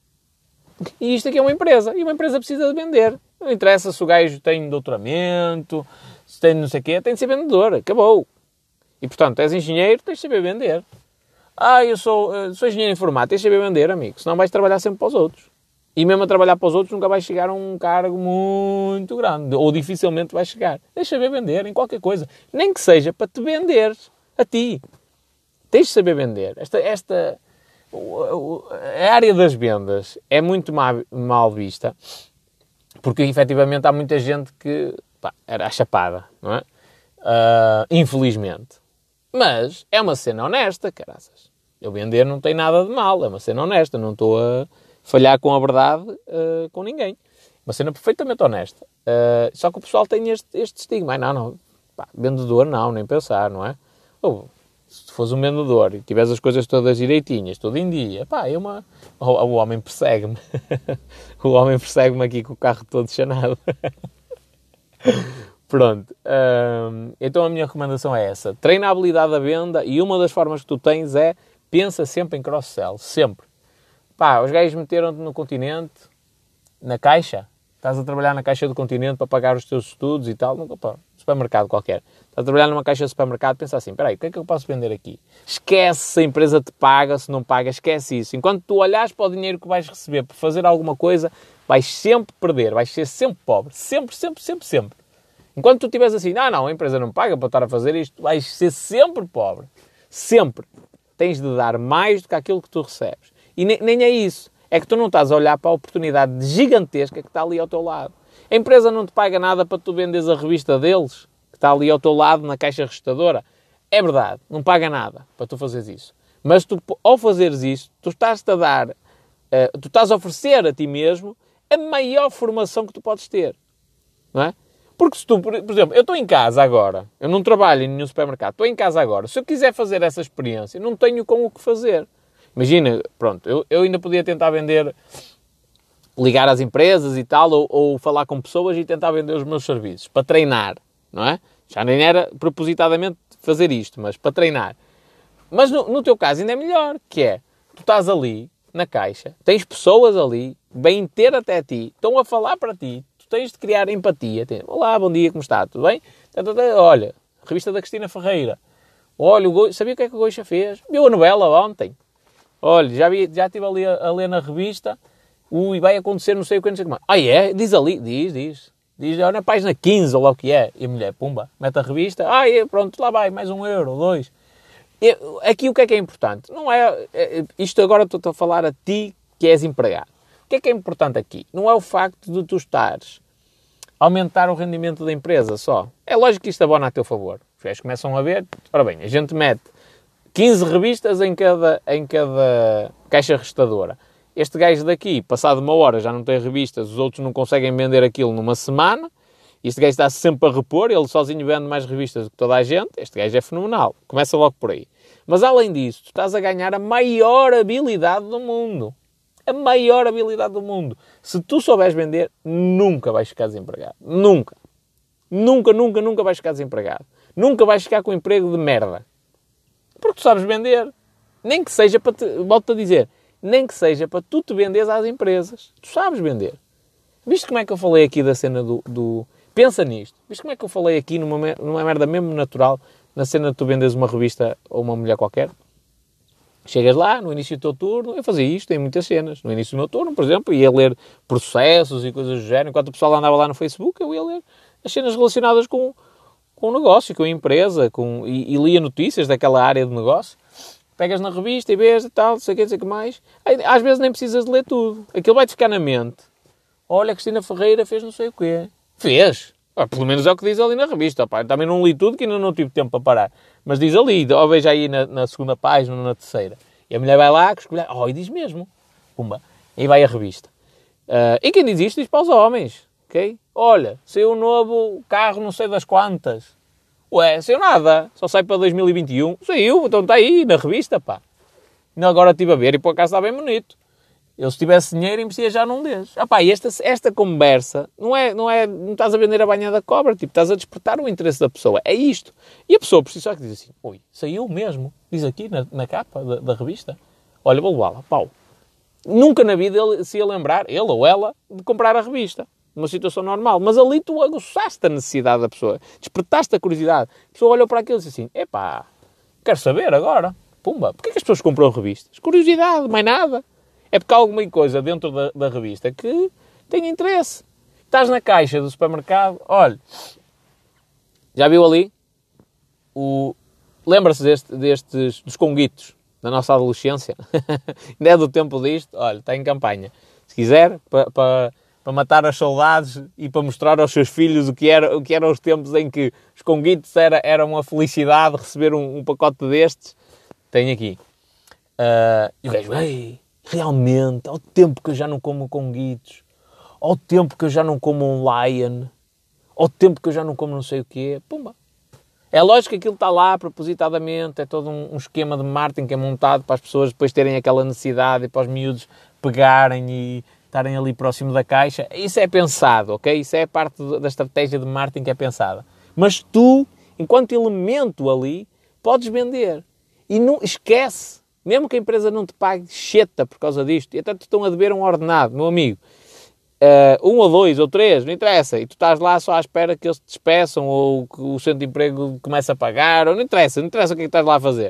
E isto aqui é uma empresa, e uma empresa precisa de vender. Não interessa se o gajo tem doutoramento, se tem não sei o quê, tem de ser vendedor, acabou. E portanto, és engenheiro, tens de saber vender. Eu sou engenheiro informático, tens de saber vender, amigo, senão vais trabalhar sempre para os outros. E mesmo a trabalhar para os outros nunca vais chegar a um cargo muito grande. Ou dificilmente vais chegar. Deixa saber vender em qualquer coisa. Nem que seja para te venderes a ti. Tens de saber vender. A área das vendas é muito mal vista. Porque efetivamente há muita gente que era chapada, não é? Infelizmente. Mas é uma cena honesta, caraças. Eu vender não tem nada de mal. É uma cena honesta. Não estou a falhar com a verdade com ninguém. Uma cena perfeitamente honesta. Só que o pessoal tem este estigma. Vendedor não, nem pensar, não é? Se tu fores um vendedor e tiveres as coisas todas direitinhas, tudo em dia, o homem persegue-me. O homem persegue-me aqui com o carro todo chanado. Pronto. Então a minha recomendação é essa. Treina a habilidade da venda e uma das formas que tu tens é pensa sempre em cross-sell. Sempre. Os gajos meteram-te no Continente, na Caixa. Estás a trabalhar na Caixa do Continente para pagar os teus estudos e tal. Supermercado qualquer. Estás a trabalhar numa caixa de supermercado, pensa assim, o que é que eu posso vender aqui? Esquece se a empresa te paga, se não paga, esquece isso. Enquanto tu olhares para o dinheiro que vais receber por fazer alguma coisa, vais sempre perder, vais ser sempre pobre. Sempre. Enquanto tu estiveres assim, a empresa não paga para estar a fazer isto, vais ser sempre pobre. Sempre. Tens de dar mais do que aquilo que tu recebes. E nem é isso. É que tu não estás a olhar para a oportunidade gigantesca que está ali ao teu lado. A empresa não te paga nada para tu venderes a revista deles, que está ali ao teu lado na caixa registradora. É verdade, não paga nada para tu fazeres isso. Mas tu, ao fazeres isso, tu estás-te a dar, tu estás a oferecer a ti mesmo a maior formação que tu podes ter. Não é? Porque se tu, por exemplo, eu estou em casa agora, eu não trabalho em nenhum supermercado, estou em casa agora. Se eu quiser fazer essa experiência, não tenho com o que fazer. Imagina, pronto, eu ainda podia tentar vender, ligar às empresas e tal, ou falar com pessoas e tentar vender os meus serviços, para treinar, não é? Já nem era propositadamente fazer isto, mas para treinar. Mas no teu caso ainda é melhor, que é, tu estás ali, na caixa, tens pessoas ali, bem ter até ti, estão a falar para ti, tu tens de criar empatia. Olá, bom dia, como está? Tudo bem? Olha, revista da Cristina Ferreira. Olha, sabia o que é que o Goixa fez? Viu a novela ontem? Olha, já estive ali a ler na revista, e vai acontecer não sei o que, não sei o que mais. Ah, é? Diz ali, diz, olha na página 15 ou lá o que é. E a mulher, pumba, mete a revista, pronto, lá vai, mais €1, 2. Aqui o que é importante? Não isto agora estou a falar a ti que és empregado. O que é importante aqui? Não é o facto de tu estares a aumentar o rendimento da empresa só. É lógico que isto abona a teu favor. Os gajos começam a ver, ora bem, a gente mete 15 revistas em cada caixa registradora. Este gajo daqui, passado 1 hora, já não tem revistas, os outros não conseguem vender aquilo numa semana. Este gajo está sempre a repor, ele sozinho vende mais revistas do que toda a gente. Este gajo é fenomenal. Começa logo por aí. Mas além disso, tu estás a ganhar a maior habilidade do mundo. A maior habilidade do mundo. Se tu souberes vender, nunca vais ficar desempregado. Nunca. Nunca vais ficar desempregado. Nunca vais ficar com um emprego de merda. Porque tu sabes vender. Nem que seja para volto-te a dizer, nem que seja para tu te venderes às empresas. Tu sabes vender. Viste como é que eu falei aqui da cena do... Pensa nisto. Viste como é que eu falei aqui numa merda mesmo natural, na cena de tu vendes uma revista a uma mulher qualquer? Chegas lá, no início do teu turno, eu fazia isto em muitas cenas. No início do meu turno, por exemplo, ia ler processos e coisas do género. Enquanto o pessoal andava lá no Facebook, eu ia ler as cenas relacionadas com o negócio, com a empresa, e lia notícias daquela área de negócio. Pegas na revista e vês e tal, não sei o que mais. Às vezes nem precisas de ler tudo. Aquilo vai-te ficar na mente. Olha, a Cristina Ferreira fez não sei o quê. Fez. Pelo menos é o que diz ali na revista. Eu também não li tudo, que ainda não tive tempo para parar. Mas diz ali, veja aí na segunda página ou na terceira. E a mulher vai lá, escolher, e diz mesmo. Pumba. E vai a revista. E quem diz isto diz para os homens. Ok? Olha, saiu um novo carro não sei das quantas. Ué, saiu nada. Só sai para 2021. Saiu, então está aí na revista, pá. Ainda agora estive a ver e por acaso está bem bonito. Eu, se tivesse dinheiro, investia já num desses. E esta conversa não estás a vender a banha da cobra, tipo, estás a despertar o interesse da pessoa. É isto. E a pessoa por si só que diz assim, ui, saiu mesmo. Diz aqui na capa da revista. Olha, vou levá-la, pau. Nunca na vida ele se ia lembrar, ele ou ela, de comprar a revista. Numa situação normal. Mas ali tu aguçaste a necessidade da pessoa. Despertaste a curiosidade. A pessoa olhou para aquilo e disse assim, quero saber agora. Pumba, porquê que as pessoas compram revistas? Curiosidade, mais nada. É porque há alguma coisa dentro da revista que tem interesse. Estás na caixa do supermercado, olha, já viu ali? Lembra-se dos conguitos da nossa adolescência? Ainda é do tempo disto? Olha, está em campanha. Se quiser, para matar as saudades e para mostrar aos seus filhos o que eram os tempos em que os conguitos era uma felicidade receber um pacote destes, tem aqui. E o gajo, realmente, ao tempo que eu já não como conguitos, ao tempo que eu já não como um Lion, ao tempo que eu já não como não sei o quê, pumba. É lógico que aquilo está lá propositadamente, é todo um esquema de marketing que é montado para as pessoas depois terem aquela necessidade e para os miúdos pegarem e estarem ali próximo da caixa. Isso é pensado, ok? Isso é parte da estratégia de marketing que é pensada. Mas tu, enquanto elemento ali, podes vender. E não esquece. Mesmo que a empresa não te pague cheta por causa disto, e até te estão a dever um ordenado, meu amigo, 1 ou 2 ou 3, não interessa, e tu estás lá só à espera que eles te despeçam ou que o centro de emprego comece a pagar, ou não interessa o que é que estás lá a fazer.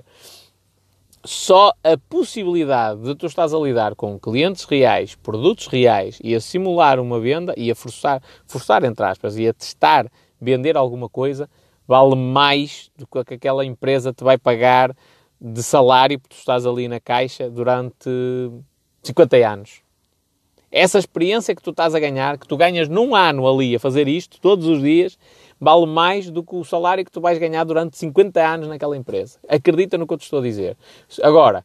Só a possibilidade de tu estás a lidar com clientes reais, produtos reais, e a simular uma venda, e a forçar entre aspas, e a testar vender alguma coisa, vale mais do que aquela empresa te vai pagar de salário, porque tu estás ali na caixa durante 50 anos. Essa experiência que tu estás a ganhar, que tu ganhas num ano ali a fazer isto, todos os dias, vale mais do que o salário que tu vais ganhar durante 50 anos naquela empresa. Acredita no que eu te estou a dizer. Agora,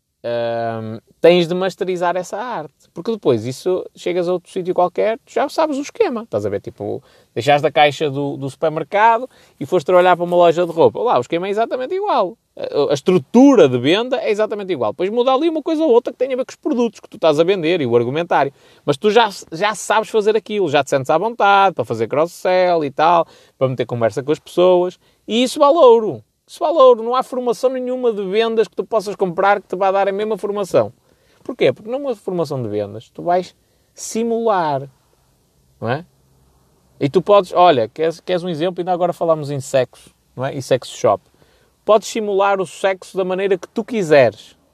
tens de masterizar essa arte. Porque depois, isso, chegas a outro sítio qualquer, tu já sabes o esquema. Estás a ver, tipo, deixaste a caixa do supermercado e foste trabalhar para uma loja de roupa. Lá, o esquema é exatamente igual. A estrutura de venda é exatamente igual. Depois muda ali uma coisa ou outra que tem a ver com os produtos que tu estás a vender e o argumentário. Mas tu já sabes fazer aquilo, já te sentes à vontade para fazer cross-sell e tal, para meter conversa com as pessoas. E isso vale ouro. Isso vale ouro. Não há formação nenhuma de vendas que tu possas comprar que te vá dar a mesma formação. Porquê? Porque numa formação de vendas tu vais simular. Não é? E tu podes, olha, queres um exemplo? Ainda agora falámos em sexo, não é? E sex shop. Podes simular o sexo da maneira que tu quiseres.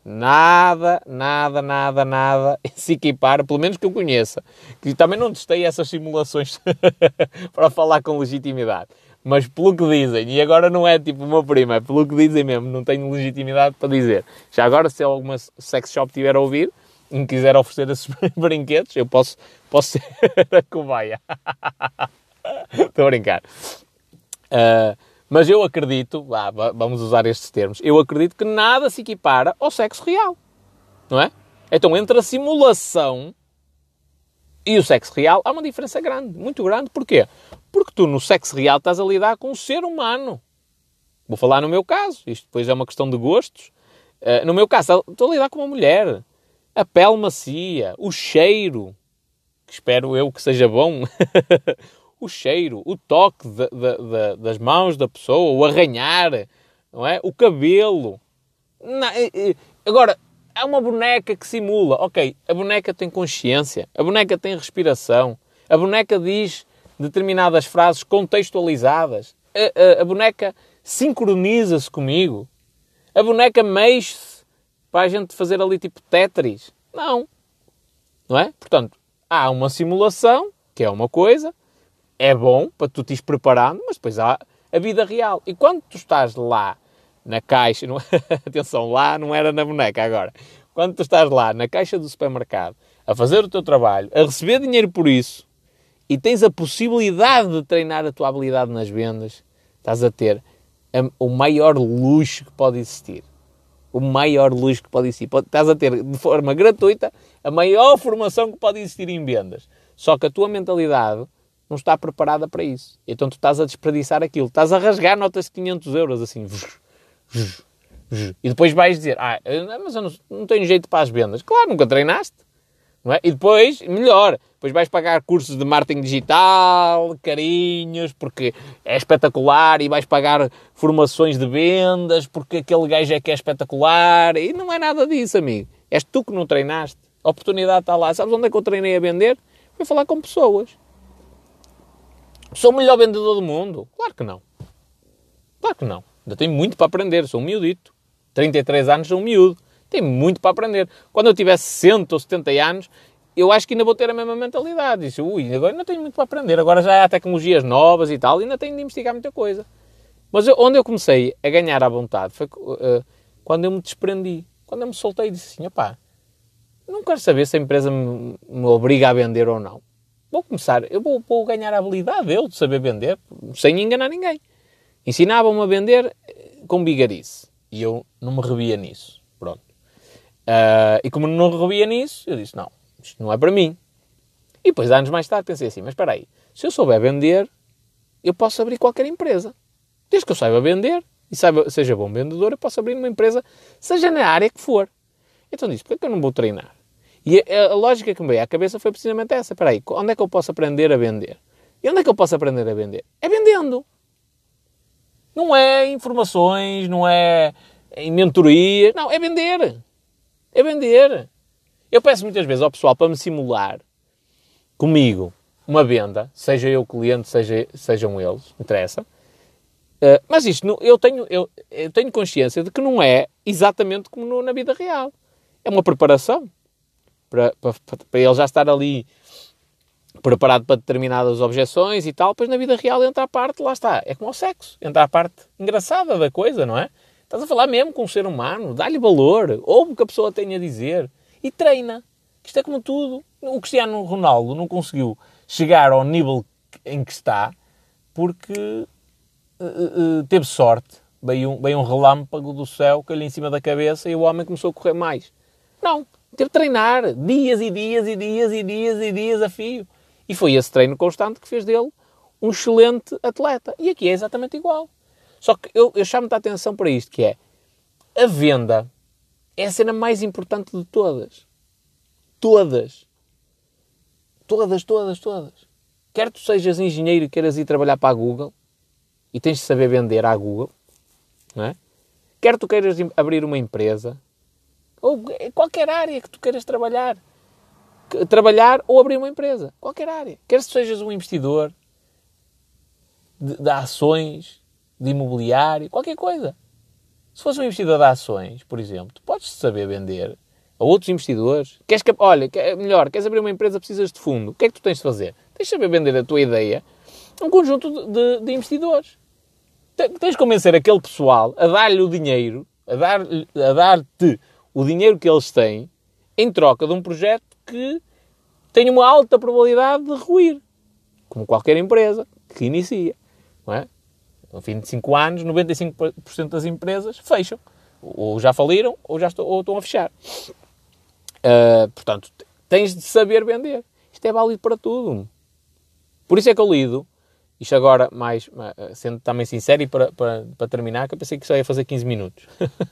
Nada se equipara, pelo menos que eu conheça. Que também não testei essas simulações para falar com legitimidade. Mas pelo que dizem, e agora não é tipo uma prima, é pelo que dizem mesmo, não tenho legitimidade para dizer. Já agora, se alguma sex shop estiver a ouvir e me quiser oferecer esses brinquedos, eu posso ser a cobaia. Estou a brincar. Mas eu acredito, vamos usar estes termos, eu acredito que nada se equipara ao sexo real, não é? Então, entre a simulação e o sexo real, há uma diferença grande, muito grande. Porquê? Porque tu, no sexo real, estás a lidar com um ser humano. Vou falar no meu caso, isto depois é uma questão de gostos. No meu caso, estou a lidar com uma mulher. A pele macia, o cheiro, que espero eu que seja bom, o cheiro, o toque das mãos da pessoa, o arranhar, não é? O cabelo. Não, agora, há uma boneca que simula. Ok, a boneca tem consciência, a boneca tem respiração, a boneca diz determinadas frases contextualizadas, a boneca sincroniza-se comigo, a boneca mexe-se para a gente fazer ali tipo Tetris. Não é? Portanto, há uma simulação, que é uma coisa, é bom para tu te ires preparando, mas depois há a vida real. E quando tu estás lá na caixa, atenção, lá não era na boneca agora, quando tu estás lá na caixa do supermercado a fazer o teu trabalho, a receber dinheiro por isso, e tens a possibilidade de treinar a tua habilidade nas vendas, estás a ter o maior luxo que pode existir. O maior luxo que pode existir. Estás a ter, de forma gratuita, a maior formação que pode existir em vendas. Só que a tua mentalidade não está preparada para isso. Então tu estás a desperdiçar aquilo. Estás a rasgar notas de 500 euros, assim. E depois vais dizer, mas eu não tenho jeito para as vendas. Claro, nunca treinaste. Não é? E depois, melhor, depois vais pagar cursos de marketing digital, carinhos, porque é espetacular, e vais pagar formações de vendas, porque aquele gajo é que é espetacular, e não é nada disso, amigo. És tu que não treinaste. A oportunidade está lá. Sabes onde é que eu treinei a vender? Fui falar com pessoas. Sou o melhor vendedor do mundo? Claro que não. Claro que não. Ainda tenho muito para aprender. Sou um miudito. 33 anos, sou um miúdo. Tenho muito para aprender. Quando eu tiver 60 ou 70 anos, eu acho que ainda vou ter a mesma mentalidade. Disse, agora ainda tenho muito para aprender. Agora já há tecnologias novas e tal, ainda tenho de investigar muita coisa. Mas onde eu comecei a ganhar à vontade foi quando eu me desprendi. Quando eu me soltei e disse assim, não quero saber se a empresa me obriga a vender ou não. Vou começar, eu vou ganhar a habilidade de saber vender, sem enganar ninguém. Ensinavam-me a vender com bigarice. E eu não me revia nisso. Pronto. E como não me revia nisso, eu disse, não, isto não é para mim. E depois, anos mais tarde, pensei assim, mas espera aí, se eu souber vender, eu posso abrir qualquer empresa. Desde que eu saiba vender e seja bom vendedor, eu posso abrir uma empresa, seja na área que for. Então disse, porquê que eu não vou treinar? E a lógica que me veio à cabeça foi precisamente essa. Espera aí, onde é que eu posso aprender a vender? E onde é que eu posso aprender a vender? É vendendo. Não é informações, não é em mentoria. Não, é vender. É vender. Eu peço muitas vezes ao pessoal para me simular comigo uma venda, seja eu cliente, sejam eles, não interessa. Mas isto, eu tenho consciência de que não é exatamente como na vida real. É uma preparação. Para ele já estar ali preparado para determinadas objeções e tal, depois na vida real entra a parte, lá está, é como o sexo, entra a parte engraçada da coisa, não é? Estás a falar mesmo com um ser humano, dá-lhe valor, ouve o que a pessoa tem a dizer e treina. Isto é como tudo. O Cristiano Ronaldo não conseguiu chegar ao nível em que está porque teve sorte. Veio um relâmpago do céu, caiu em cima da cabeça e o homem começou a correr mais. Não. Teve de treinar dias e dias e dias e dias e dias a fio. E foi esse treino constante que fez dele um excelente atleta. E aqui é exatamente igual. Só que eu chamo-te a atenção para isto, que é a venda é a cena mais importante de todas. Todas. Todas, todas, todas. Quer tu sejas engenheiro e queiras ir trabalhar para a Google e tens de saber vender à Google, não é? Quer tu queiras abrir uma empresa, ou qualquer área que tu queiras trabalhar ou abrir uma empresa, qualquer área. Quer se sejas um investidor de ações, de imobiliário, qualquer coisa. Se fosse um investidor de ações, por exemplo, tu podes saber vender a outros investidores. Olha, melhor, queres abrir uma empresa, precisas de fundo. O que é que tu tens de fazer? Tens de saber vender a tua ideia a um conjunto de investidores. Tens de convencer aquele pessoal a dar-lhe o dinheiro, a dar-te o dinheiro que eles têm, em troca de um projeto que tem uma alta probabilidade de ruir. Como qualquer empresa que inicia. Não é? No fim de 5 anos, 95% das empresas fecham. Ou já faliram, ou estão a fechar. Portanto, tens de saber vender. Isto é válido para tudo. Por isso é que eu lido, isto agora, sendo também sincero e para terminar, que eu pensei que só ia fazer 15 minutos.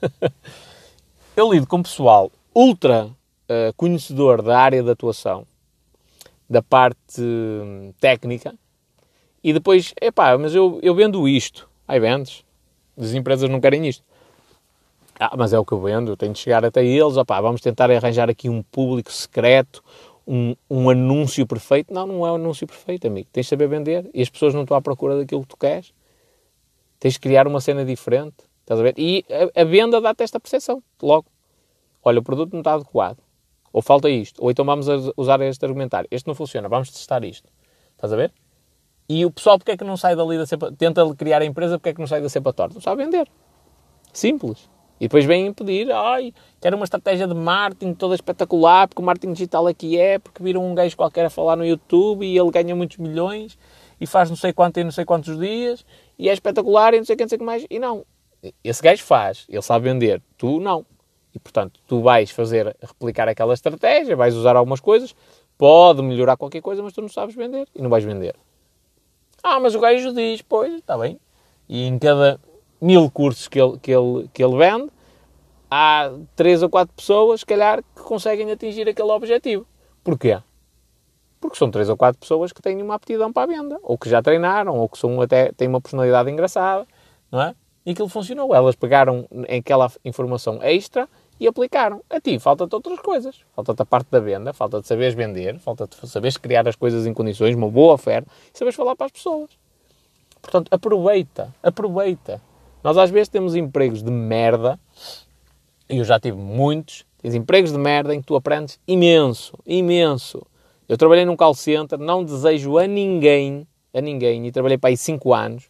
Eu lido com pessoal ultra conhecedor da área de atuação, da parte técnica, e depois, mas eu vendo isto. Aí vendes. As empresas não querem isto. Mas é o que eu vendo, eu tenho de chegar até eles, vamos tentar arranjar aqui um público secreto, um anúncio perfeito. Não é um anúncio perfeito, amigo. Tens de saber vender e as pessoas não estão à procura daquilo que tu queres. Tens de criar uma cena diferente, estás a ver? E a venda dá-te esta percepção, logo. Olha, o produto não está adequado, ou falta isto, ou então vamos usar este argumentário. Este não funciona, vamos testar isto. Estás a ver? E o pessoal, porque é que não sai dali da cepa? Tenta criar a empresa, porque é que não sai da cepa torta? Não sabe vender. Simples. E depois vêm pedir, quero uma estratégia de marketing toda espetacular, porque o marketing digital aqui porque viram um gajo qualquer a falar no YouTube e ele ganha muitos milhões e faz não sei quanto em não sei quantos dias e é espetacular e não sei o que mais. E não. Esse gajo faz, ele sabe vender, tu não. E portanto, tu vais replicar aquela estratégia, vais usar algumas coisas, pode melhorar qualquer coisa, mas tu não sabes vender e não vais vender. Mas o gajo diz, pois, está bem. E em cada 1000 cursos que ele vende, há 3 ou 4 pessoas, se calhar, que conseguem atingir aquele objetivo. Porquê? Porque são 3 ou 4 pessoas que têm uma aptidão para a venda, ou que já treinaram, ou que têm uma personalidade engraçada, não é? E aquilo funcionou. Elas pegaram aquela informação extra e aplicaram. A ti falta-te outras coisas. Falta-te a parte da venda, falta-te saberes vender, falta-te saberes criar as coisas em condições, uma boa oferta, e saberes falar para as pessoas. Portanto, aproveita. Nós às vezes temos empregos de merda, e eu já tive muitos, tens empregos de merda em que tu aprendes imenso. Eu trabalhei num call center, não desejo a ninguém, e trabalhei para aí 5 anos,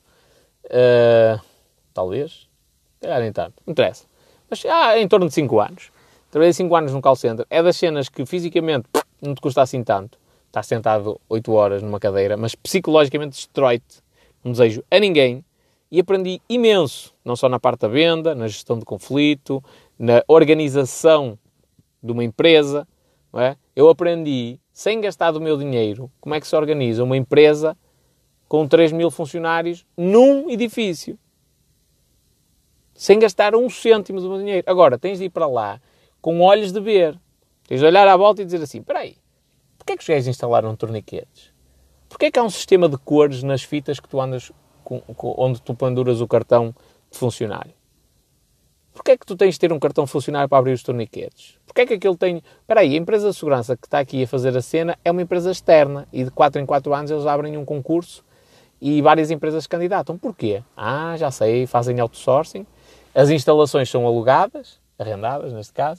talvez, nem tanto, não interessa. Mas em torno de 5 anos. Trabalhei 5 anos num call center. É das cenas que fisicamente não te custa assim tanto. Estás sentado 8 horas numa cadeira, mas psicologicamente destrói-te. Não desejo a ninguém. E aprendi imenso, não só na parte da venda, na gestão de conflito, na organização de uma empresa. Não é? Eu aprendi, sem gastar do meu dinheiro, como é que se organiza uma empresa com 3.000 funcionários num edifício. Sem gastar 1 cêntimo do meu dinheiro. Agora, tens de ir para lá com olhos de ver. Tens de olhar à volta e dizer assim, espera aí, porquê é que os gajos instalaram torniquetes? Porquê é que há um sistema de cores nas fitas que tu andas onde tu penduras o cartão de funcionário? Porquê é que tu tens de ter um cartão de funcionário para abrir os torniquetes? Porquê é que aquele tem... Espera aí, a empresa de segurança que está aqui a fazer a cena é uma empresa externa e de 4 em 4 anos eles abrem um concurso e várias empresas se candidatam. Porquê? Já sei, fazem outsourcing. As instalações são alugadas, arrendadas neste caso,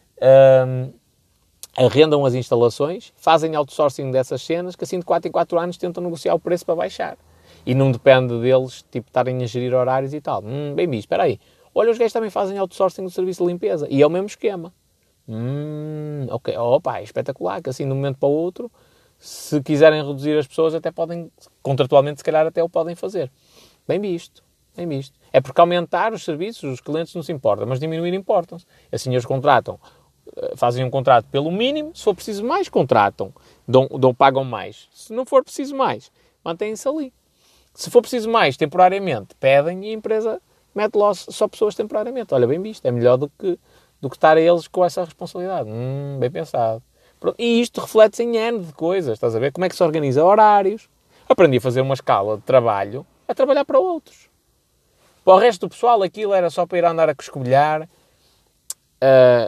arrendam as instalações, fazem outsourcing dessas cenas, que assim de 4 em 4 anos tentam negociar o preço para baixar. E não depende deles, estarem a gerir horários e tal. Bem visto, espera aí. Olha, os gajos também fazem outsourcing do serviço de limpeza. E é o mesmo esquema. Ok, é espetacular, que assim de um momento para o outro, se quiserem reduzir as pessoas, até podem, contratualmente, se calhar até o podem fazer. Bem visto. É porque aumentar os serviços, os clientes não se importam, mas diminuir importam-se. Assim eles fazem um contrato pelo mínimo, se for preciso mais, contratam, pagam mais. Se não for preciso mais, mantêm-se ali. Se for preciso mais, temporariamente, pedem e a empresa mete lá só pessoas temporariamente. Olha, bem visto, é melhor do que estar a eles com essa responsabilidade. Bem pensado. Pronto. E isto reflete-se em N de coisas, estás a ver? Como é que se organiza horários. Aprendi a fazer uma escala de trabalho, a trabalhar para outros. Para o resto do pessoal, aquilo era só para ir andar a escobilhar.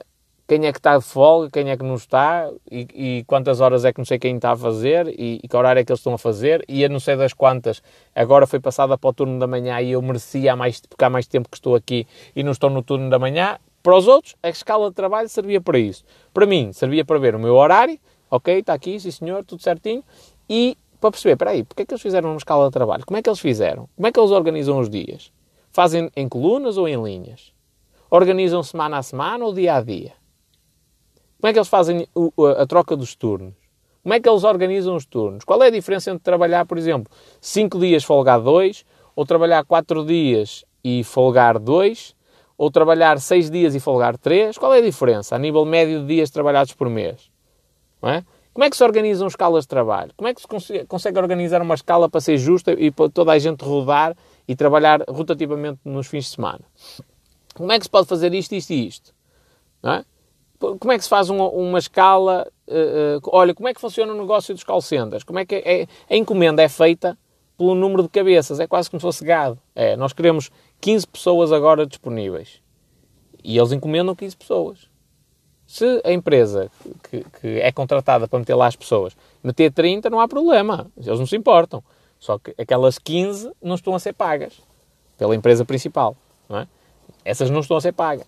quem é que está de folga, quem é que não está, e quantas horas é que não sei quem está a fazer, e que horário é que eles estão a fazer, e a não sei das quantas, agora foi passada para o turno da manhã e eu merecia porque há mais tempo que estou aqui e não estou no turno da manhã. Para os outros, a escala de trabalho servia para isso. Para mim, servia para ver o meu horário, ok, está aqui, sim senhor, tudo certinho, e para perceber, espera aí, porque é que eles fizeram uma escala de trabalho? Como é que eles fizeram? Como é que eles organizam os dias? Fazem em colunas ou em linhas? Organizam semana a semana ou dia a dia? Como é que eles fazem a troca dos turnos? Como é que eles organizam os turnos? Qual é a diferença entre trabalhar, por exemplo, 5 dias folgar 2, ou trabalhar 4 dias e folgar 2, ou trabalhar 6 dias e folgar 3? Qual é a diferença a nível médio de dias trabalhados por mês? Não é? Como é que se organizam escalas de trabalho? Como é que se consegue organizar uma escala para ser justa e para toda a gente rodar e trabalhar rotativamente nos fins de semana? Como é que se pode fazer isto, isto e isto? Não é? Como é que se faz uma escala? Olha, como é que funciona o negócio dos call centers? Como é que a encomenda é feita pelo número de cabeças? É quase como se fosse gado. Nós queremos 15 pessoas agora disponíveis. E eles encomendam 15 pessoas. Se a empresa que é contratada para meter lá as pessoas meter 30, não há problema. Eles não se importam. Só que aquelas 15 não estão a ser pagas pela empresa principal. Não é? Essas não estão a ser pagas.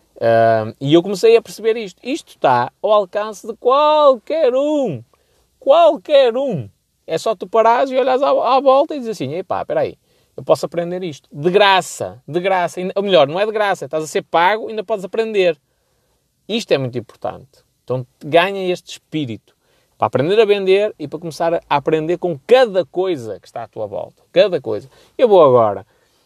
E eu comecei a perceber isto. Isto está ao alcance de qualquer um. Qualquer um. É só tu parares e olhares à volta e dizes assim, epá, espera aí, eu posso aprender isto. De graça. De graça. Ou melhor, não é de graça. Estás a ser pago e ainda podes aprender. Isto é muito importante. Então ganha este espírito para aprender a vender e para começar a aprender com cada coisa que está à tua volta. Cada coisa. Eu vou agora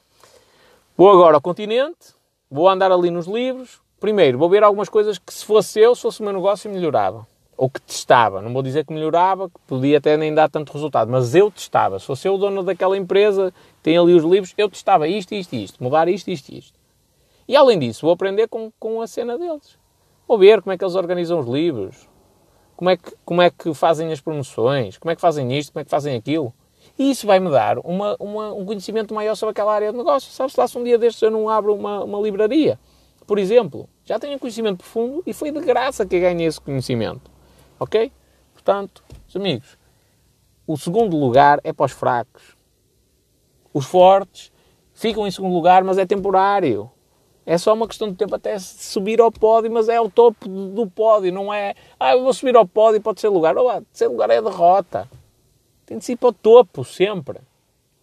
ao continente, vou andar ali nos livros. Primeiro, vou ver algumas coisas que se fosse o meu negócio, melhorava. Ou que testava. Não vou dizer que melhorava, que podia até nem dar tanto resultado, mas eu testava. Se fosse eu o dono daquela empresa, tem ali os livros, eu testava isto, isto e isto. Mudar isto, isto e isto. E além disso, vou aprender com a cena deles. Vou ver como é que eles organizam os livros, como é que fazem as promoções, como é que fazem isto, como é que fazem aquilo. E isso vai-me dar um conhecimento maior sobre aquela área de negócio. Sabes, lá se um dia destes eu não abro uma livraria, por exemplo, já tenho um conhecimento profundo e foi de graça que eu ganhei esse conhecimento. Ok? Portanto, meus amigos, o segundo lugar é para os fracos. Os fortes ficam em segundo lugar, mas é temporário. É só uma questão de tempo até subir ao pódio, mas é ao topo do pódio, não é... eu vou subir ao pódio e pode ser lugar. Olá, ser lugar é a derrota. Tem de ir para o topo, sempre.